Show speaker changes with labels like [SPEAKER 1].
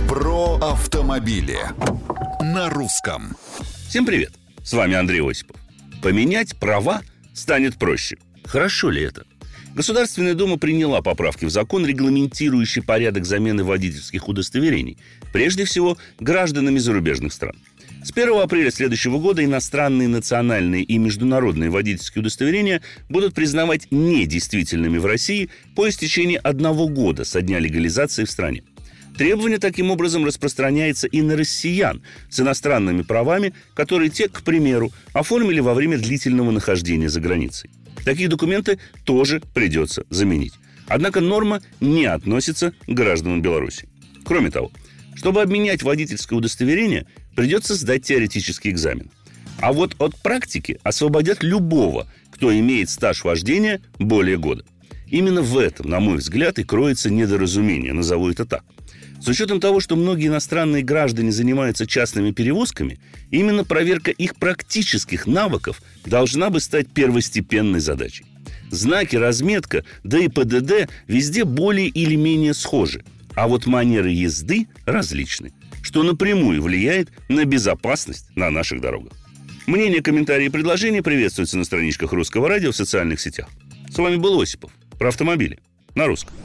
[SPEAKER 1] Про автомобили на русском.
[SPEAKER 2] Всем привет, с вами Андрей Осипов. Поменять права станет проще. Хорошо ли это? Государственная Дума приняла поправки в закон, регламентирующий порядок замены водительских удостоверений, прежде всего гражданами зарубежных стран. С 1 апреля следующего года иностранные, национальные и международные водительские удостоверения будут признавать недействительными в России по истечении 1 года со дня легализации в стране. Требование таким образом распространяется и на россиян с иностранными правами, которые те, к примеру, оформили во время длительного нахождения за границей. Такие документы тоже придется заменить. Однако норма не относится к гражданам Беларуси. Кроме того, чтобы обменять водительское удостоверение, придется сдать теоретический экзамен. А вот от практики освободят любого, кто имеет стаж вождения более года. Именно в этом, на мой взгляд, и кроется недоразумение, назову это так. С учетом того, что многие иностранные граждане занимаются частными перевозками, именно проверка их практических навыков должна бы стать первостепенной задачей. Знаки, разметка, да и ПДД везде более или менее схожи, а вот манеры езды различны, что напрямую влияет на безопасность на наших дорогах. Мнения, комментарии и предложения приветствуются на страничках Русского радио в социальных сетях. С вами был Осипов. Про автомобили на русском.